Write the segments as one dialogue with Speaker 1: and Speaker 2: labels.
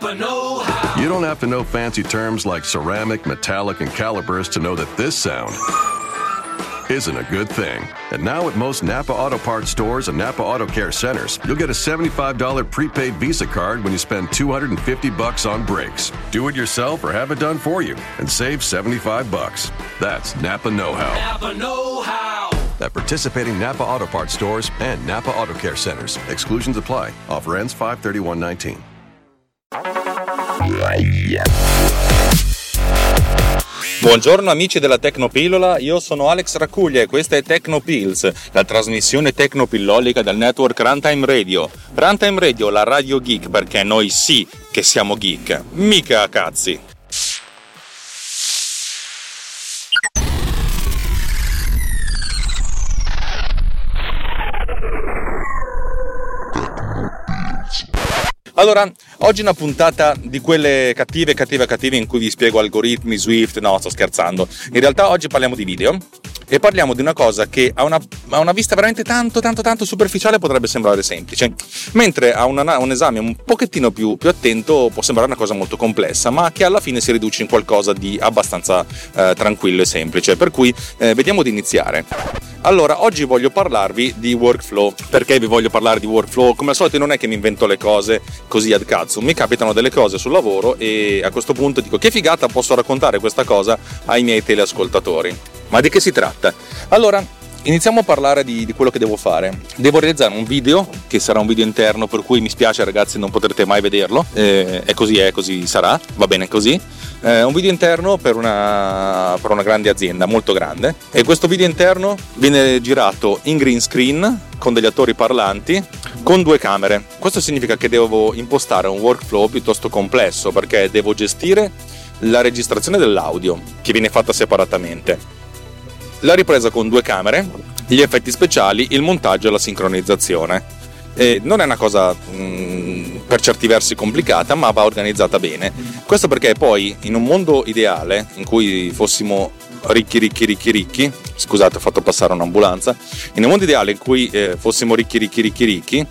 Speaker 1: Napa know-how.
Speaker 2: You don't have to know fancy terms like ceramic, metallic, and calipers to know that this sound isn't a good thing. And now at most Napa Auto Parts stores and Napa Auto Care centers, you'll get a $75 prepaid Visa card when you spend $250 on brakes. Do it yourself or have it done for you and save $75. That's Napa know-how.
Speaker 1: Napa know-how.
Speaker 2: At participating Napa Auto Parts stores and Napa Auto Care centers. Exclusions apply. Offer ends 5/31/19.
Speaker 3: Buongiorno amici della Tecnopillola, io sono Alex Raccuglia e questa è Tecnopills, la trasmissione tecnopillolica del network Runtime Radio. Runtime Radio, la radio geek, perché noi sì che siamo geek, mica cazzi. Allora, oggi una puntata di quelle cattive in cui vi spiego algoritmi, Swift, no, sto scherzando. In realtà oggi parliamo di video e parliamo di una cosa che a una vista veramente tanto superficiale potrebbe sembrare semplice, mentre a un esame un pochettino più attento può sembrare una cosa molto complessa, ma che alla fine si riduce in qualcosa di abbastanza tranquillo e semplice, per cui vediamo di iniziare. Allora, oggi voglio parlarvi di workflow. Perché vi voglio parlare di workflow? Come al solito non è che mi invento le cose così ad cazzo, mi capitano delle cose sul lavoro e a questo punto dico che figata, posso raccontare questa cosa ai miei teleascoltatori. Ma di che si tratta? Allora, iniziamo a parlare di quello che devo fare. Devo realizzare un video, che sarà un video interno, per cui mi spiace ragazzi, non potrete mai vederlo, è così sarà, va bene così. Un video interno per una grande azienda, molto grande, e questo video interno viene girato in green screen con degli attori parlanti con 2 camere. Questo significa che devo impostare un workflow piuttosto complesso, perché devo gestire la registrazione dell'audio, che viene fatta separatamente, la ripresa con 2 camere, gli effetti speciali, il montaggio e la sincronizzazione. Non è una cosa per certi versi complicata, ma va organizzata bene. Questo perché poi in un mondo ideale in cui fossimo ricchi, scusate, ho fatto passare un'ambulanza, in un mondo ideale in cui fossimo ricchi,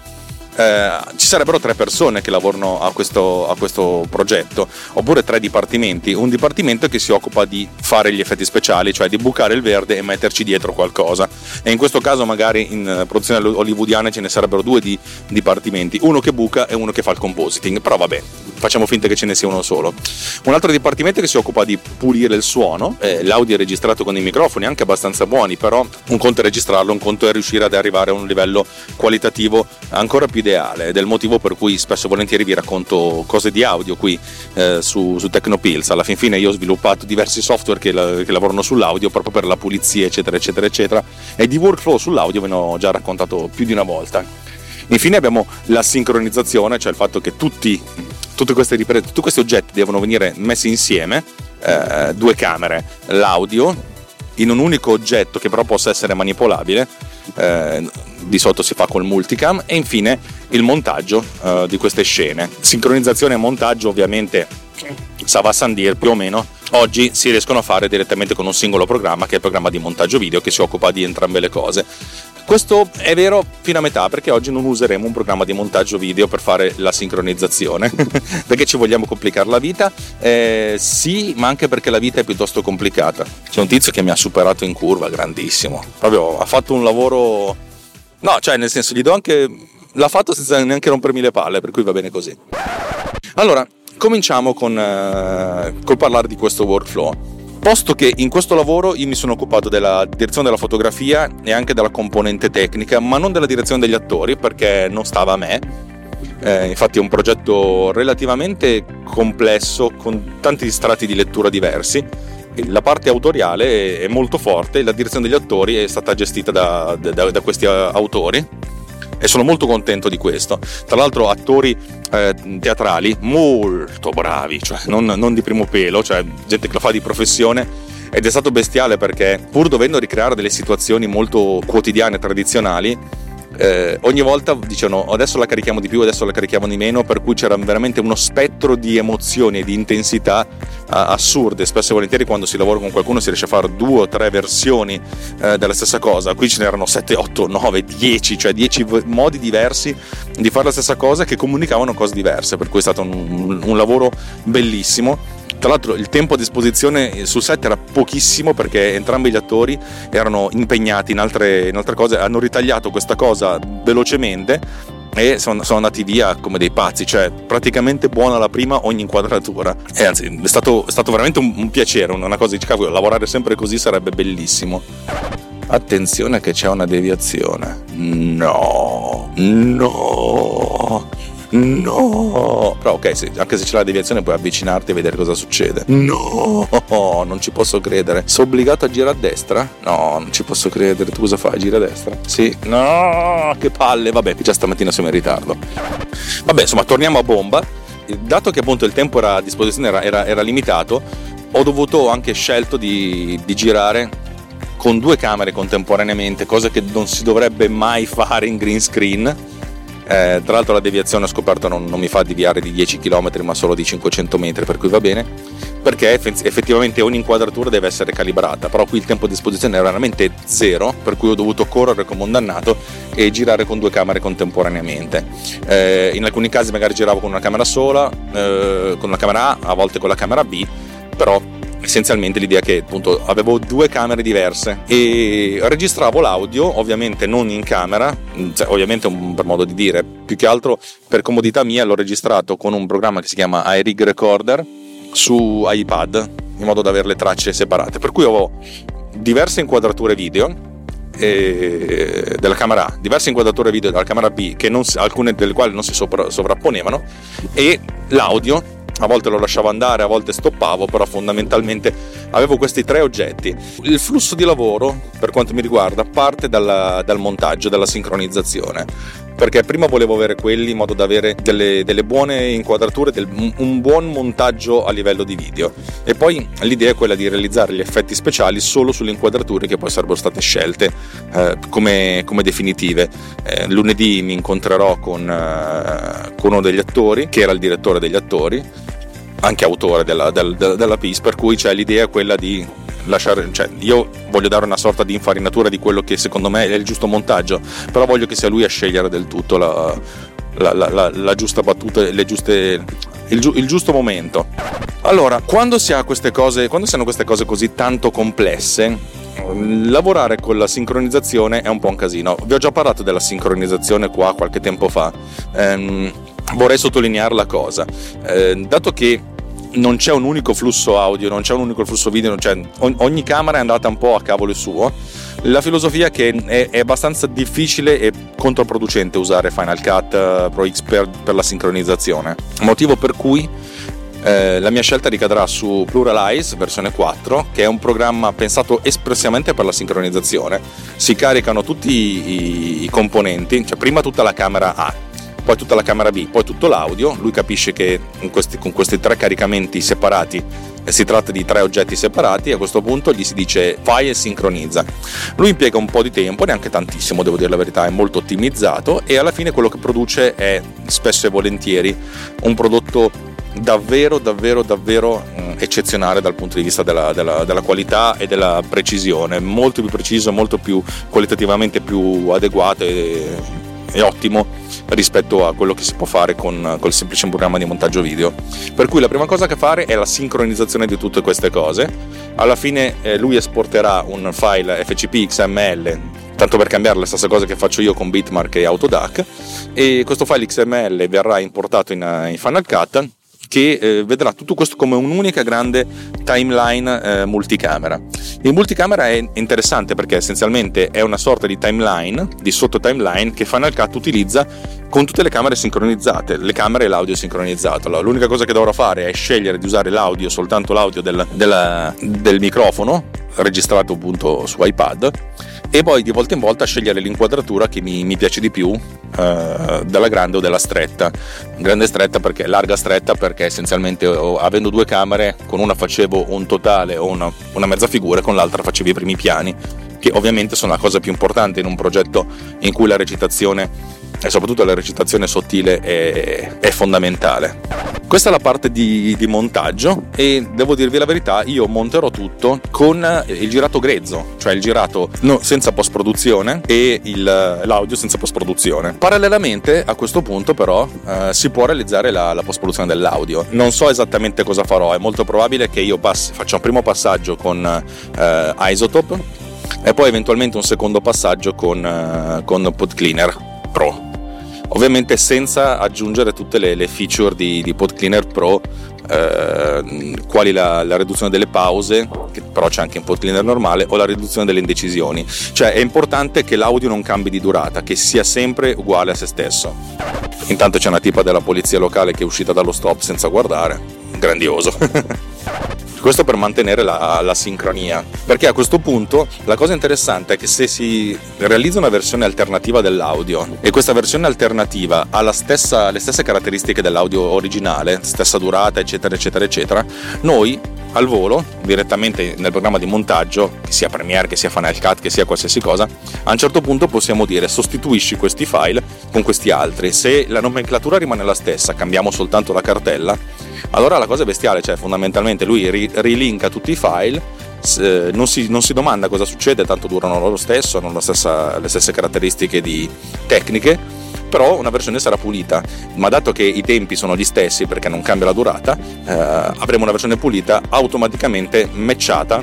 Speaker 3: ci sarebbero 3 persone che lavorano a questo progetto, oppure 3 dipartimenti. Un dipartimento che si occupa di fare gli effetti speciali, cioè di bucare il verde e metterci dietro qualcosa, e in questo caso magari in produzione hollywoodiane ce ne sarebbero 2 di dipartimenti, uno che buca e uno che fa il compositing, però vabbè, facciamo finta che ce ne sia uno solo. Un altro dipartimento che si occupa di pulire il suono, l'audio è registrato con i microfoni anche abbastanza buoni, però un conto è registrarlo, un conto è riuscire ad arrivare a un livello qualitativo ancora più ideale, ed è il motivo per cui spesso e volentieri vi racconto cose di audio qui su Tecnopills. Alla fin fine io ho sviluppato diversi software che lavorano sull'audio proprio per la pulizia eccetera, e di workflow sull'audio ve ne ho già raccontato più di una volta. Infine abbiamo la sincronizzazione, cioè il fatto che tutti questi oggetti devono venire messi insieme, 2 camere, l'audio in un unico oggetto che però possa essere manipolabile, di solito si fa col multicam, e infine il montaggio di queste scene. Sincronizzazione e montaggio ovviamente ça va sans dire, più o meno oggi si riescono a fare direttamente con un singolo programma, che è il programma di montaggio video, che si occupa di entrambe le cose. Questo è vero fino a metà, perché oggi non useremo un programma di montaggio video per fare la sincronizzazione perché ci vogliamo complicare la vita, sì, ma anche perché la vita è piuttosto complicata. C'è un tizio che mi ha superato in curva, grandissimo, proprio ha fatto un lavoro, no, cioè nel senso l'ha fatto senza neanche rompermi le palle, per cui va bene così. Allora, cominciamo col parlare di questo workflow. Posto che in questo lavoro io mi sono occupato della direzione della fotografia e anche della componente tecnica, ma non della direzione degli attori, perché non stava a me. Infatti è un progetto relativamente complesso, con tanti strati di lettura diversi. La parte autoriale è molto forte, la direzione degli attori è stata gestita da questi autori, e sono molto contento di questo. Tra l'altro attori teatrali molto bravi, cioè non di primo pelo, cioè gente che lo fa di professione, ed è stato bestiale perché pur dovendo ricreare delle situazioni molto quotidiane, tradizionali, ogni volta dicevano adesso la carichiamo di più, adesso la carichiamo di meno, per cui c'era veramente uno spettro di emozioni e di intensità assurde. Spesso e volentieri quando si lavora con qualcuno si riesce a fare 2 o 3 versioni della stessa cosa, qui ce n'erano 7, 8, 9, 10, cioè 10 modi diversi di fare la stessa cosa che comunicavano cose diverse, per cui è stato un lavoro bellissimo. Tra l'altro il tempo a disposizione sul set era pochissimo perché entrambi gli attori erano impegnati in altre cose, hanno ritagliato questa cosa velocemente e sono andati via come dei pazzi, cioè praticamente buona la prima ogni inquadratura, e anzi è stato veramente un piacere, una cosa di cavolo, lavorare sempre così sarebbe bellissimo. Attenzione che c'è una deviazione. No, però ok, anche se c'è la deviazione puoi avvicinarti e vedere cosa succede. No, non ci posso credere. Sono obbligato a girare a destra? No, non ci posso credere. Tu cosa fai? Gira a destra? Sì. No, che palle. Vabbè, già stamattina siamo in ritardo. Vabbè, insomma, torniamo a bomba. Dato che appunto il tempo era a disposizione era limitato, ho dovuto anche scelto di girare con 2 camere contemporaneamente, cosa che non si dovrebbe mai fare in green screen. Tra l'altro la deviazione ho scoperto non mi fa deviare di 10 km ma solo di 500 metri, per cui va bene, perché effettivamente ogni inquadratura deve essere calibrata, però qui il tempo a disposizione era veramente 0, per cui ho dovuto correre come un dannato e girare con 2 camere contemporaneamente. In alcuni casi magari giravo con una camera sola, con una camera A volte con la camera B, però essenzialmente l'idea è che appunto avevo 2 camere diverse e registravo l'audio, ovviamente non in camera, cioè, ovviamente per modo di dire, più che altro per comodità mia l'ho registrato con un programma che si chiama iRig Recorder su iPad, in modo da avere le tracce separate, per cui ho diverse inquadrature video della camera A, diverse inquadrature video della camera B, alcune delle quali non si sovrapponevano, e l'audio a volte lo lasciavo andare, a volte stoppavo, però fondamentalmente avevo questi 3 oggetti. Il flusso di lavoro, per quanto mi riguarda, parte dal montaggio, dalla sincronizzazione, perché prima volevo avere quelli in modo da avere delle buone inquadrature, un buon montaggio a livello di video, e poi l'idea è quella di realizzare gli effetti speciali solo sulle inquadrature che poi sarebbero state scelte come definitive. Lunedì mi incontrerò con uno degli attori, che era il direttore degli attori, anche autore della piece, per cui l'idea è quella di lasciare, cioè io voglio dare una sorta di infarinatura di quello che secondo me è il giusto montaggio, però voglio che sia lui a scegliere del tutto la giusta battuta, il giusto momento. Allora, quando si hanno queste cose così tanto complesse, lavorare con la sincronizzazione è un po' un casino. Vi ho già parlato della sincronizzazione qua qualche tempo fa. Vorrei sottolineare la cosa, dato che non c'è un unico flusso audio, non c'è un unico flusso video, cioè ogni camera è andata un po' a cavolo suo. La filosofia è che è abbastanza difficile e controproducente usare Final Cut Pro X per la sincronizzazione, motivo per cui la mia scelta ricadrà su Pluralize versione 4, che è un programma pensato espressamente per la sincronizzazione. Si caricano tutti i componenti, cioè prima tutta la camera A, poi tutta la camera B, poi tutto l'audio. Lui capisce che con questi 3 caricamenti separati si tratta di 3 oggetti separati, e a questo punto gli si dice fai e sincronizza. Lui impiega un po' di tempo, neanche tantissimo, devo dire la verità, è molto ottimizzato, e alla fine quello che produce è spesso e volentieri un prodotto davvero eccezionale dal punto di vista della qualità e della precisione, molto più preciso, molto più qualitativamente più adeguato e ottimo rispetto a quello che si può fare con il semplice programma di montaggio video. Per cui la prima cosa che fare è la sincronizzazione di tutte queste cose. Alla fine lui esporterà un file FCP XML, tanto per cambiare la stessa cosa che faccio io con Bitmark e Autodac, e questo file XML verrà importato in Final Cut, che vedrà tutto questo come un'unica grande timeline multicamera. Il multicamera è interessante perché essenzialmente è una sorta di timeline, di sotto timeline, che Final Cut utilizza con tutte le camere sincronizzate, le camere e l'audio sincronizzato. Allora, l'unica cosa che dovrò fare è scegliere di usare l'audio, soltanto l'audio del microfono registrato appunto su iPad, e poi di volta in volta scegliere l'inquadratura che mi piace di più, della grande o della stretta. Grande stretta perché larga stretta perché essenzialmente avendo 2 camere, con una facevo un totale o una mezza figura, con l'altra facevo i primi piani, che ovviamente sono la cosa più importante in un progetto in cui la recitazione e soprattutto la recitazione sottile è fondamentale. Questa è la parte di montaggio e devo dirvi la verità, io monterò tutto con il girato grezzo, cioè il girato senza post-produzione e l'audio senza post-produzione. Parallelamente a questo punto però si può realizzare la post-produzione dell'audio. Non so esattamente cosa farò, è molto probabile che io faccia un primo passaggio con Isotope e poi eventualmente un secondo passaggio con PodCleaner Pro. Ovviamente senza aggiungere tutte le feature di PodCleaner Pro, quali la riduzione delle pause, che però c'è anche in PodCleaner normale, o la riduzione delle indecisioni. Cioè è importante che l'audio non cambi di durata, che sia sempre uguale a se stesso. Intanto c'è una tipa della polizia locale che è uscita dallo stop senza guardare, grandioso. Questo per mantenere la sincronia, perché a questo punto la cosa interessante è che se si realizza una versione alternativa dell'audio e questa versione alternativa ha le stesse caratteristiche dell'audio originale, stessa durata eccetera eccetera eccetera, noi al volo direttamente nel programma di montaggio, che sia Premiere, che sia Final Cut, che sia qualsiasi cosa, a un certo punto possiamo dire sostituisci questi file con questi altri. Se la nomenclatura rimane la stessa, cambiamo soltanto la cartella, allora la cosa è bestiale, cioè fondamentalmente lui rilinka tutti i file, non si domanda cosa succede, tanto durano lo stesso, hanno le stesse caratteristiche tecniche, però una versione sarà pulita, ma dato che i tempi sono gli stessi perché non cambia la durata, avremo una versione pulita automaticamente matchata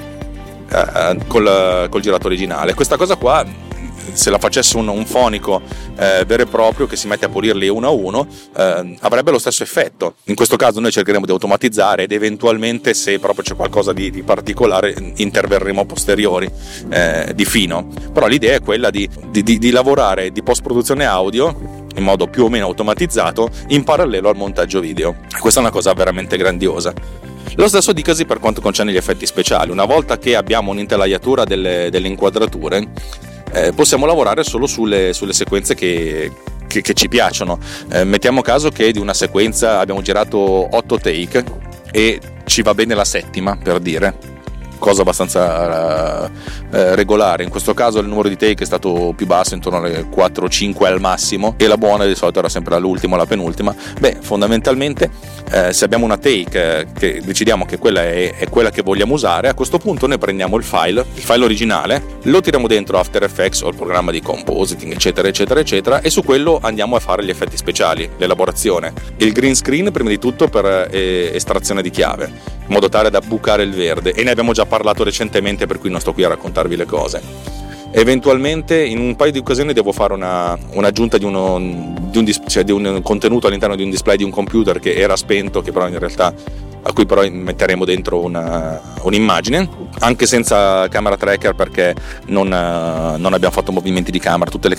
Speaker 3: col girato originale. Questa cosa qua, se la facesse un fonico vero e proprio che si mette a pulirli uno a uno, avrebbe lo stesso effetto. In questo caso noi cercheremo di automatizzare ed eventualmente, se proprio c'è qualcosa di particolare, interverremo a posteriori di fino, però l'idea è quella di lavorare di post produzione audio in modo più o meno automatizzato in parallelo al montaggio video. Questa è una cosa veramente grandiosa. Lo stesso dicasi per quanto concerne gli effetti speciali. Una volta che abbiamo un'intelaiatura delle inquadrature, possiamo lavorare solo sulle sequenze che ci piacciono. Mettiamo caso che di una sequenza abbiamo girato 8 take e ci va bene la settima, per dire, cosa abbastanza regolare. In questo caso il numero di take è stato più basso, intorno alle 4-5 al massimo, e la buona di solito era sempre l'ultima o la penultima. Fondamentalmente se abbiamo una take che decidiamo che quella è quella che vogliamo usare, a questo punto noi prendiamo il file originale, lo tiriamo dentro After Effects o il programma di compositing eccetera eccetera eccetera, e su quello andiamo a fare gli effetti speciali, l'elaborazione, il green screen prima di tutto per estrazione di chiave, in modo tale da bucare il verde, e ne abbiamo già parlato recentemente, per cui non sto qui a raccontarvi le cose. Eventualmente in un paio di occasioni devo fare un'aggiunta di un contenuto all'interno di un display di un computer che era spento, che però in realtà a cui però metteremo dentro un'immagine, anche senza camera tracker, perché non abbiamo fatto movimenti di camera. Tutte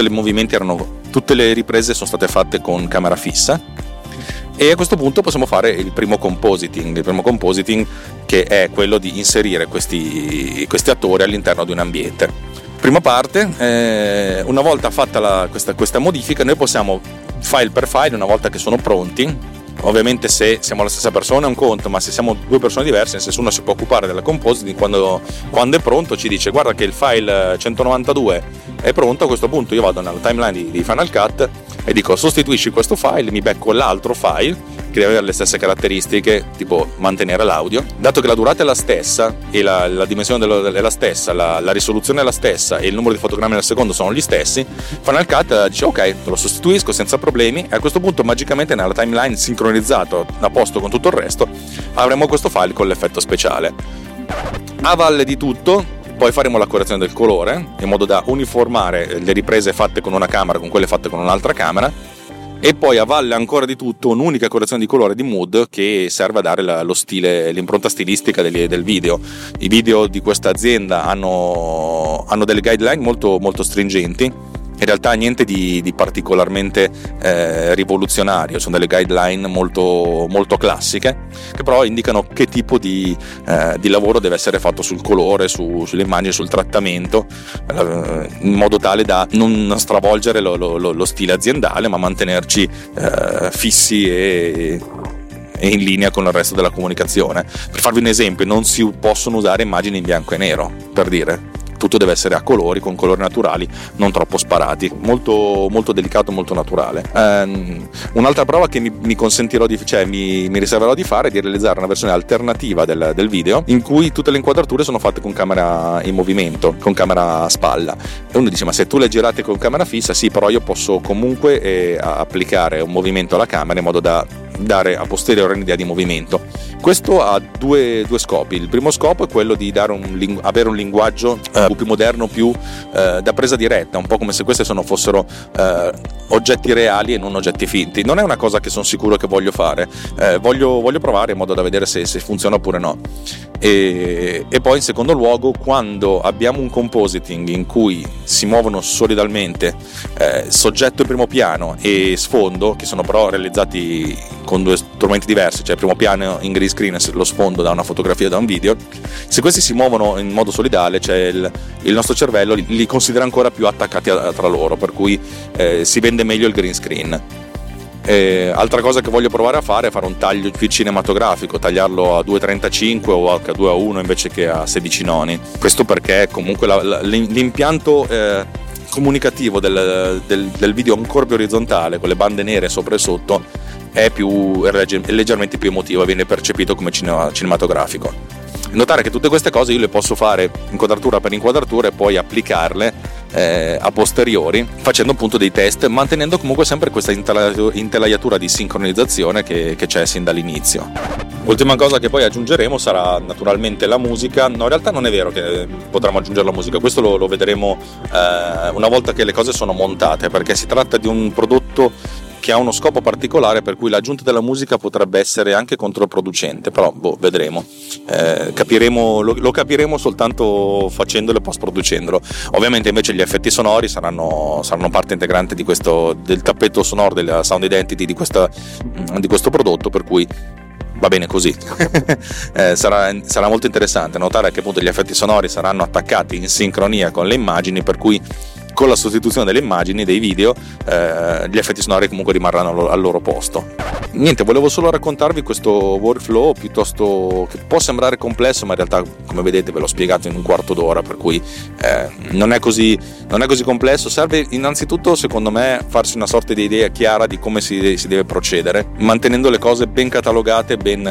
Speaker 3: le riprese sono state fatte con camera fissa. E a questo punto possiamo fare il primo compositing, che è quello di inserire questi attori all'interno di un ambiente. Prima parte, una volta fatta questa modifica, noi possiamo, file per file, una volta che sono pronti, ovviamente se siamo la stessa persona è un conto, ma se siamo due persone diverse, nel senso uno si può occupare della compositing, quando è pronto ci dice guarda che il file 192 è pronto, a questo punto io vado nella timeline di Final Cut e dico sostituisci questo file, mi becco l'altro file che deve avere le stesse caratteristiche, tipo mantenere l'audio. Dato che la durata è la stessa e la dimensione è la stessa, la risoluzione è la stessa e il numero di fotogrammi al secondo sono gli stessi, Final Cut dice ok, te lo sostituisco senza problemi, e a questo punto magicamente nella timeline sincronizzato a posto con tutto il resto avremo questo file con l'effetto speciale. A valle di tutto poi faremo la correzione del colore in modo da uniformare le riprese fatte con una camera con quelle fatte con un'altra camera, e poi a valle ancora di tutto un'unica correzione di colore di mood che serve a dare lo stile, l'impronta stilistica del video. I video di questa azienda hanno delle guideline molto, molto stringenti. In realtà niente di particolarmente rivoluzionario, sono delle guideline molto, molto classiche, che però indicano che tipo di lavoro deve essere fatto sul colore, sulle immagini, sul trattamento, in modo tale da non stravolgere lo stile aziendale, ma mantenerci fissi e in linea con il resto della comunicazione. Per farvi un esempio, non si possono usare immagini in bianco e nero, per dire. tutto deve essere a colori, con colori naturali, non troppo sparati, molto, molto delicato, molto naturale. Un'altra prova che mi consentirò mi riserverò di fare è di realizzare una versione alternativa del video in cui tutte le inquadrature sono fatte con camera in movimento, con camera a spalla. E uno dice: ma se tu le girate con camera fissa, sì, però io posso comunque applicare un movimento alla camera in modo da dare a posteriore un'idea di movimento. Questo ha due scopi. Il primo scopo è quello di avere un linguaggio più moderno, più da presa diretta, un po' come se queste fossero oggetti reali e non oggetti finti. Non è una cosa che sono sicuro che voglio fare, voglio provare in modo da vedere se funziona oppure no. E poi in secondo luogo, quando abbiamo un compositing in cui si muovono solidalmente soggetto in primo piano e sfondo, che sono però realizzati con due strumenti diversi, cioè il primo piano in green screen e lo sfondo da una fotografia o da un video, se questi si muovono in modo solidale, cioè il nostro cervello li considera ancora più attaccati tra loro, per cui si vende meglio il green screen. Altra cosa che voglio provare a fare è fare un taglio più cinematografico, tagliarlo a 2.35 o a 2:1 invece che a 16 noni. Questo perché comunque l'impianto comunicativo del video ancora più orizzontale, con le bande nere sopra e sotto, è leggermente più emotivo e viene percepito come cinematografico. Notare che tutte queste cose io le posso fare inquadratura per inquadratura e poi applicarle a posteriori, facendo appunto dei test, mantenendo comunque sempre questa intelaiatura di sincronizzazione che c'è sin dall'inizio. Ultima cosa che poi aggiungeremo sarà naturalmente la musica. No, in realtà non è vero che potremo aggiungere la musica, questo lo vedremo una volta che le cose sono montate, perché si tratta di un prodotto che ha uno scopo particolare, per cui l'aggiunta della musica potrebbe essere anche controproducente, però vedremo. Lo capiremo soltanto facendolo e post producendolo. Ovviamente invece gli effetti sonori saranno parte integrante del tappeto sonoro, della sound identity di questo prodotto, per cui va bene così. Sarà molto interessante notare che appunto gli effetti sonori saranno attaccati in sincronia con le immagini, per cui con la sostituzione delle immagini, dei video, gli effetti sonori comunque rimarranno al loro posto. Niente, volevo solo raccontarvi questo workflow piuttosto che può sembrare complesso, ma in realtà, come vedete, ve l'ho spiegato in un quarto d'ora, per cui non è così complesso. Serve innanzitutto, secondo me, farsi una sorta di idea chiara di come si deve procedere, mantenendo le cose ben catalogate, ben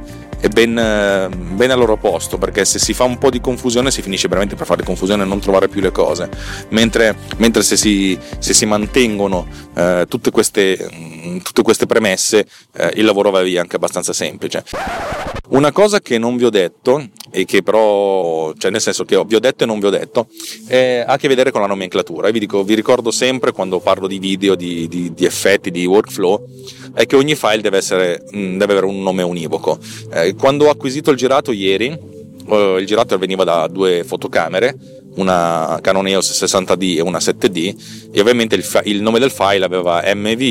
Speaker 3: al loro posto, perché se si fa un po' di confusione si finisce veramente per fare confusione e non trovare più le cose, mentre se si mantengono tutte queste premesse, il lavoro va via anche abbastanza semplice. Una cosa che non vi ho detto, e che però, cioè nel senso che vi ho detto e non vi ho detto, ha a che vedere con la nomenclatura. E vi ricordo sempre, quando parlo di video, di effetti, di workflow, è che ogni file deve avere un nome univoco. Quando ho acquisito il girato ieri, il girato veniva da due fotocamere, una Canon EOS 60D e una 7D, e ovviamente il nome del file aveva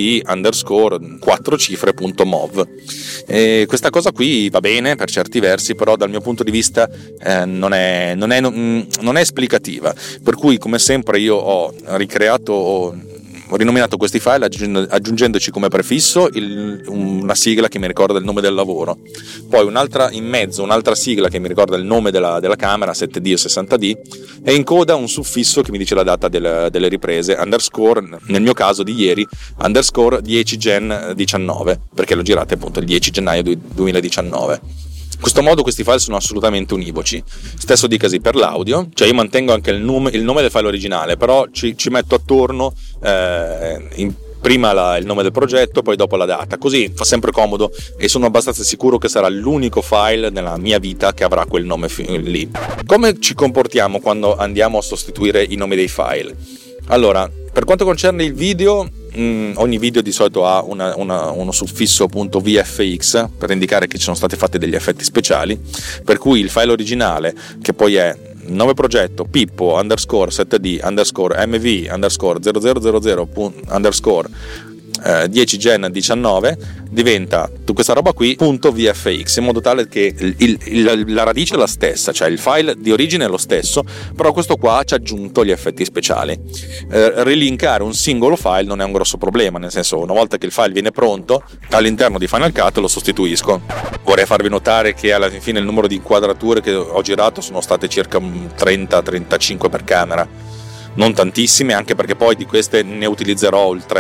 Speaker 3: mvi_4cifre.mov. E questa cosa qui va bene per certi versi, però dal mio punto di vista non è esplicativa, per cui come sempre io ho rinominato questi file aggiungendoci come prefisso una sigla che mi ricorda il nome del lavoro, poi un'altra sigla che mi ricorda il nome della camera 7D o 60D, e in coda un suffisso che mi dice la data delle riprese, underscore, nel mio caso di ieri, underscore 10 gen 19, perché lo girate appunto il 10 gennaio 2019. In questo modo questi file sono assolutamente univoci. Stesso dicasi per l'audio, cioè io mantengo anche il nome del file originale, però ci metto attorno prima il nome del progetto, poi dopo la data, così fa sempre comodo, e sono abbastanza sicuro che sarà l'unico file nella mia vita che avrà quel nome lì. Come ci comportiamo quando andiamo a sostituire i nomi dei file? Allora, per quanto concerne il video, ogni video di solito ha uno suffisso .vfx per indicare che ci sono stati fatti degli effetti speciali, per cui il file originale, che poi è nome progetto pippo _7d _mv _0000 10 Gen 19 diventa questa roba qui .vfx, in modo tale che la radice è la stessa, cioè il file di origine è lo stesso, però questo qua ci ha aggiunto gli effetti speciali. Relinkare un singolo file non è un grosso problema, nel senso, una volta che il file viene pronto all'interno di Final Cut lo sostituisco. Vorrei farvi notare che alla fine il numero di inquadrature che ho girato sono state circa 30-35 per camera, non tantissime, anche perché poi di queste ne utilizzerò il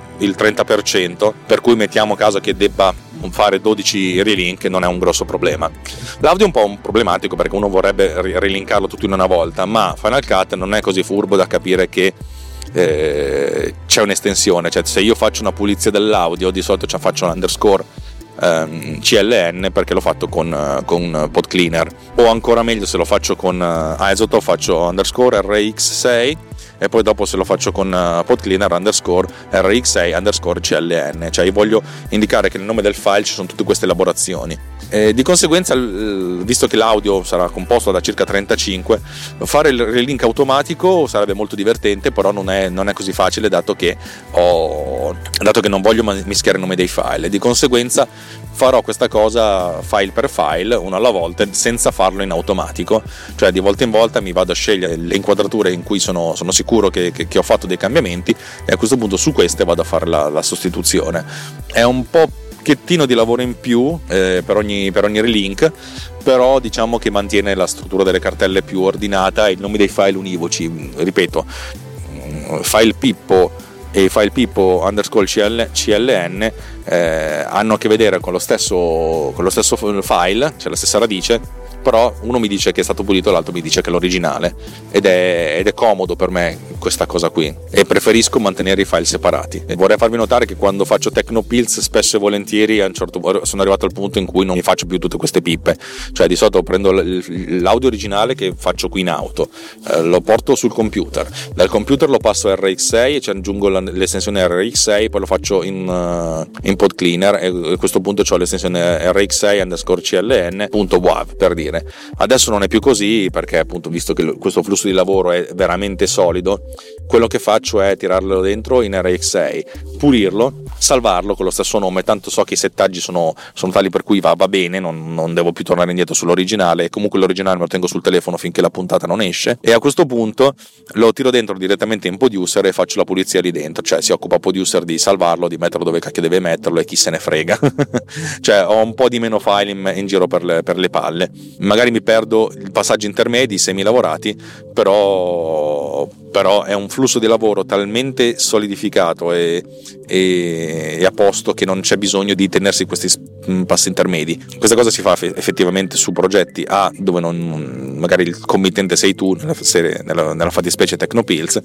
Speaker 3: 30%, per cui mettiamo caso che debba fare 12 relink, non è un grosso problema. L'audio è un po' problematico perché uno vorrebbe relinkarlo tutto in una volta, ma Final Cut non è così furbo da capire che c'è un'estensione, cioè se io faccio una pulizia dell'audio di solito ci faccio un underscore CLN perché l'ho fatto con Pod Cleaner, o ancora meglio se lo faccio con Isotope faccio underscore RX6 e poi dopo se lo faccio con Pod Cleaner underscore RX6 underscore CLN, cioè io voglio indicare che nel nome del file ci sono tutte queste elaborazioni. Di conseguenza, visto che l'audio sarà composto da circa 35, fare il relink automatico sarebbe molto divertente, però non è così facile dato che non voglio mischiare il nome dei file. Di conseguenza farò questa cosa file per file, uno alla volta, senza farlo in automatico, cioè di volta in volta mi vado a scegliere le inquadrature in cui sono sicuro che ho fatto dei cambiamenti e a questo punto su queste vado a fare la sostituzione. È un pochettino di lavoro in più per ogni relink, però diciamo che mantiene la struttura delle cartelle più ordinata e i nomi dei file univoci. Ripeto, file Pippo e file Pippo underscore CLN hanno a che vedere con lo stesso file, cioè la stessa radice, però uno mi dice che è stato pulito, l'altro mi dice che è l'originale, ed è comodo per me questa cosa qui, e preferisco mantenere i file separati. E vorrei farvi notare che quando faccio Technopills spesso e volentieri sono arrivato al punto in cui non mi faccio più tutte queste pippe, cioè di solito prendo l'audio originale che faccio qui in auto, lo porto sul computer, dal computer lo passo a RX6 e ci aggiungo l'estensione RX6, poi lo faccio in Pod Cleaner e a questo punto ho l'estensione RX6 underscore CLN.wav, per dire. Adesso non è più così perché appunto, visto che questo flusso di lavoro è veramente solido, quello che faccio è tirarlo dentro in RX6, pulirlo, salvarlo con lo stesso nome, tanto so che i settaggi sono tali per cui va bene, non devo più tornare indietro sull'originale, e comunque l'originale me lo tengo sul telefono finché la puntata non esce, e a questo punto lo tiro dentro direttamente in Producer e faccio la pulizia lì dentro, cioè si occupa Producer di salvarlo, di metterlo dove cacchio deve metterlo e chi se ne frega. Cioè ho un po' di meno file in giro per le palle, magari mi perdo i passaggi intermedi semi-lavorati, però è un flusso di lavoro talmente solidificato e a posto che non c'è bisogno di tenersi questi passi intermedi. Questa cosa si fa effettivamente su progetti dove magari il committente sei tu, nella fattispecie Technopills,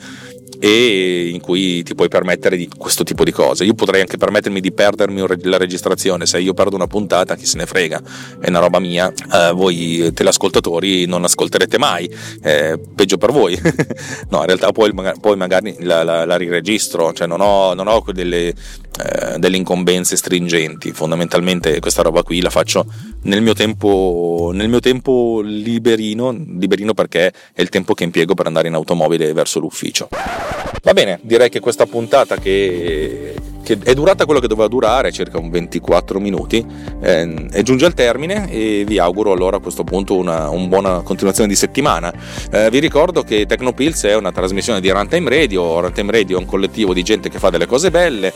Speaker 3: e in cui ti puoi permettere di questo tipo di cose. Io potrei anche permettermi di perdermi la registrazione, se io perdo una puntata chi se ne frega, è una roba mia, voi teleascoltatori non ascolterete mai, peggio per voi. No, in realtà poi magari la riregistro, cioè non ho delle incombenze stringenti. Fondamentalmente questa roba qui la faccio nel mio tempo liberino, perché è il tempo che impiego per andare in automobile verso l'ufficio. Va bene, direi che questa puntata che è durata quello che doveva durare, circa 24 minuti, e giunge al termine, e vi auguro allora a questo punto una buona continuazione di settimana. Vi ricordo che Technopills è una trasmissione di Runtime Radio. Runtime Radio è un collettivo di gente che fa delle cose belle.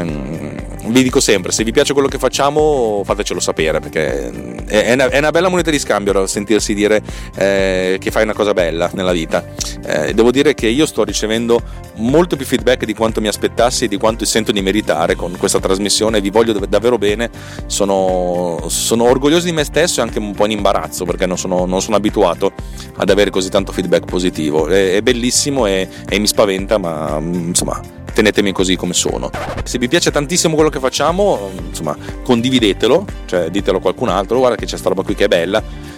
Speaker 3: Vi dico sempre, se vi piace quello che facciamo fatecelo sapere, perché è una bella moneta di scambio sentirsi dire che fai una cosa bella nella vita. Devo dire che io sto ricevendo molto più feedback di quanto mi aspettassi e di quanto sento di meritare con questa trasmissione. Vi voglio davvero bene, sono orgoglioso di me stesso e anche un po' in imbarazzo, perché non sono abituato ad avere così tanto feedback positivo. È bellissimo e mi spaventa, ma insomma tenetemi così come sono. Se vi piace tantissimo quello che facciamo, insomma, condividetelo, cioè ditelo a qualcun altro, guarda che c'è sta roba qui che è bella,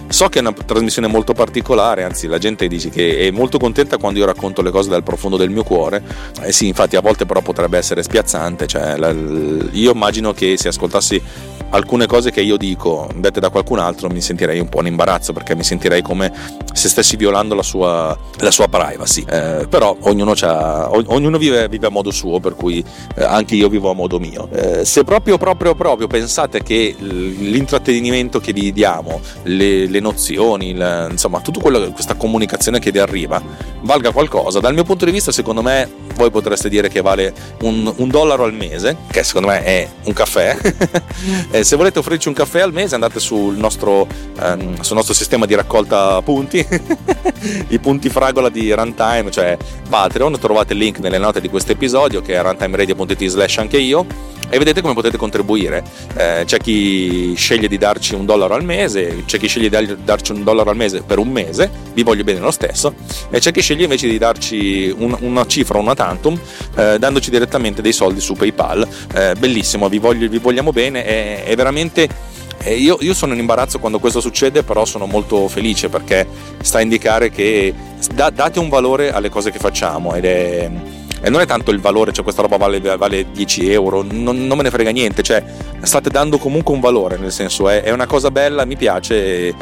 Speaker 3: So che è una trasmissione molto particolare, anzi la gente dice che è molto contenta quando io racconto le cose dal profondo del mio cuore. Sì, infatti a volte però potrebbe essere spiazzante, cioè io immagino che se ascoltassi alcune cose che io dico dette da qualcun altro mi sentirei un po' in imbarazzo, perché mi sentirei come se stessi violando la sua privacy, però ognuno vive a modo suo, per cui anche io vivo a modo mio. Se proprio pensate che l'intrattenimento che vi diamo, le nozioni, insomma tutto questa comunicazione che vi arriva valga qualcosa, dal mio punto di vista secondo me voi potreste dire che vale $1 al mese, che secondo me è un caffè. Se volete offrirci un caffè al mese andate sul nostro sistema di raccolta punti i punti fragola di Runtime, cioè Patreon. Trovate il link nelle note di questo episodio, che è runtimeradio.it/anche io, e vedete come potete contribuire. C'è chi sceglie di darci $1 al mese, c'è chi sceglie di darci $1 al mese per un mese, vi voglio bene lo stesso, e c'è chi sceglie invece di darci una cifra, una tantum, dandoci direttamente dei soldi su PayPal. Bellissimo, vi vogliamo bene, è veramente... Io sono in imbarazzo quando questo succede, però sono molto felice, perché sta a indicare che date un valore alle cose che facciamo, e non è tanto il valore, cioè questa roba vale 10 euro, non me ne frega niente, cioè state dando comunque un valore, nel senso è una cosa bella, mi piace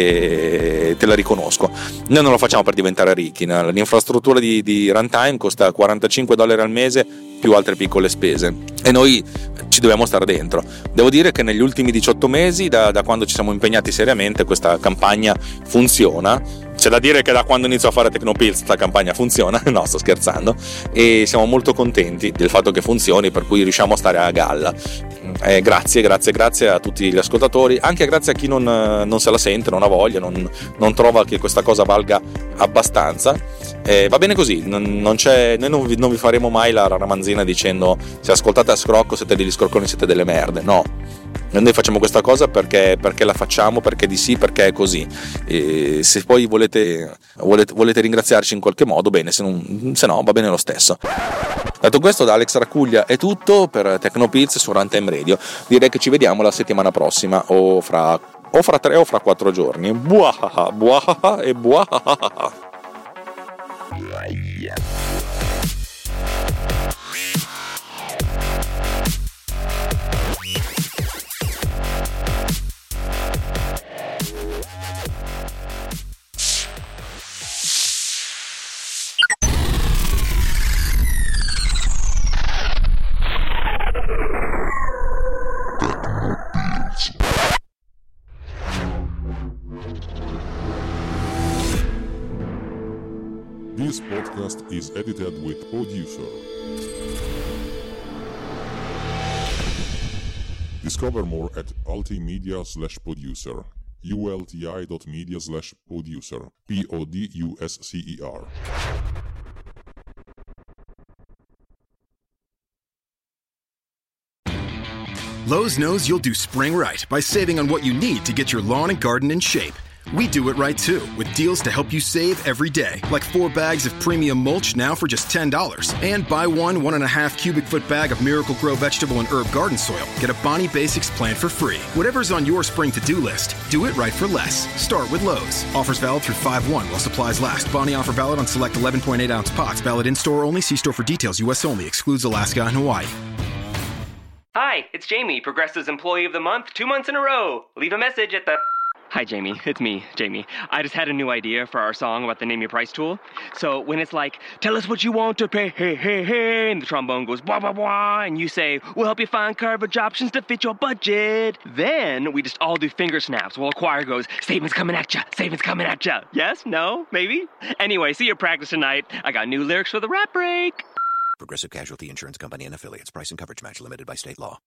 Speaker 3: e te la riconosco. Noi non lo facciamo per diventare ricchi, l'infrastruttura di Runtime costa $45 al mese più altre piccole spese, e noi ci dobbiamo stare dentro. Devo dire che negli ultimi 18 mesi, da quando ci siamo impegnati seriamente, questa campagna funziona. C'è da dire che da quando inizio a fare Tecnopills questa campagna funziona, no, sto scherzando, e siamo molto contenti del fatto che funzioni, per cui riusciamo a stare a galla. Grazie a tutti gli ascoltatori, anche grazie a chi non se la sente, non ha voglia, non trova che questa cosa valga abbastanza. Va bene così, noi non vi faremo mai la ramanzina dicendo se ascoltate a scrocco siete degli scrocconi, siete delle merde, no. Noi facciamo questa cosa perché la facciamo, perché di sì, perché è così. E se poi volete ringraziarci in qualche modo, bene, se no va bene lo stesso. Detto questo, da Alex Racuglia è tutto per Tecnopills su Runtime Radio. Direi che ci vediamo la settimana prossima, o fra 3 o fra 4 giorni. Buahaha e buahaha.
Speaker 4: This podcast is edited with Producer. Discover more at ultimedia/producer. ulti.media/producer. PODUSCER.
Speaker 5: Lowe's knows you'll do spring right by saving on what you need to get your lawn and garden in shape. We do it right too, with deals to help you save every day, like 4 bags of premium mulch now for just $10. And buy 1.5 cubic foot bag of Miracle-Gro vegetable and herb garden soil. Get a Bonnie Basics plan for free. Whatever's on your spring to-do list, do it right for less. Start with Lowe's. Offers valid through 5/1 while supplies last. Bonnie offer valid on select 11.8-ounce pots. Valid in-store only. See store for details. U.S. only. Excludes Alaska and Hawaii.
Speaker 6: Hi, it's Jamie, Progressive's Employee of the Month, 2 months in a row. Leave a message at the... Hi, Jamie. It's me, Jamie. I just had a new idea for our song about the Name Your Price tool. So when it's like, tell us what you want to pay, hey, hey, hey, and the trombone goes, blah, blah, blah, and you say, we'll help you find coverage options to fit your budget. Then we just all do finger snaps while a choir goes, statements coming at ya, statements coming at ya. Yes? No? Maybe? Anyway, see you practice tonight. I got new lyrics for the rap break.
Speaker 7: Progressive Casualty Insurance Company and Affiliates. Price and coverage match limited by state law.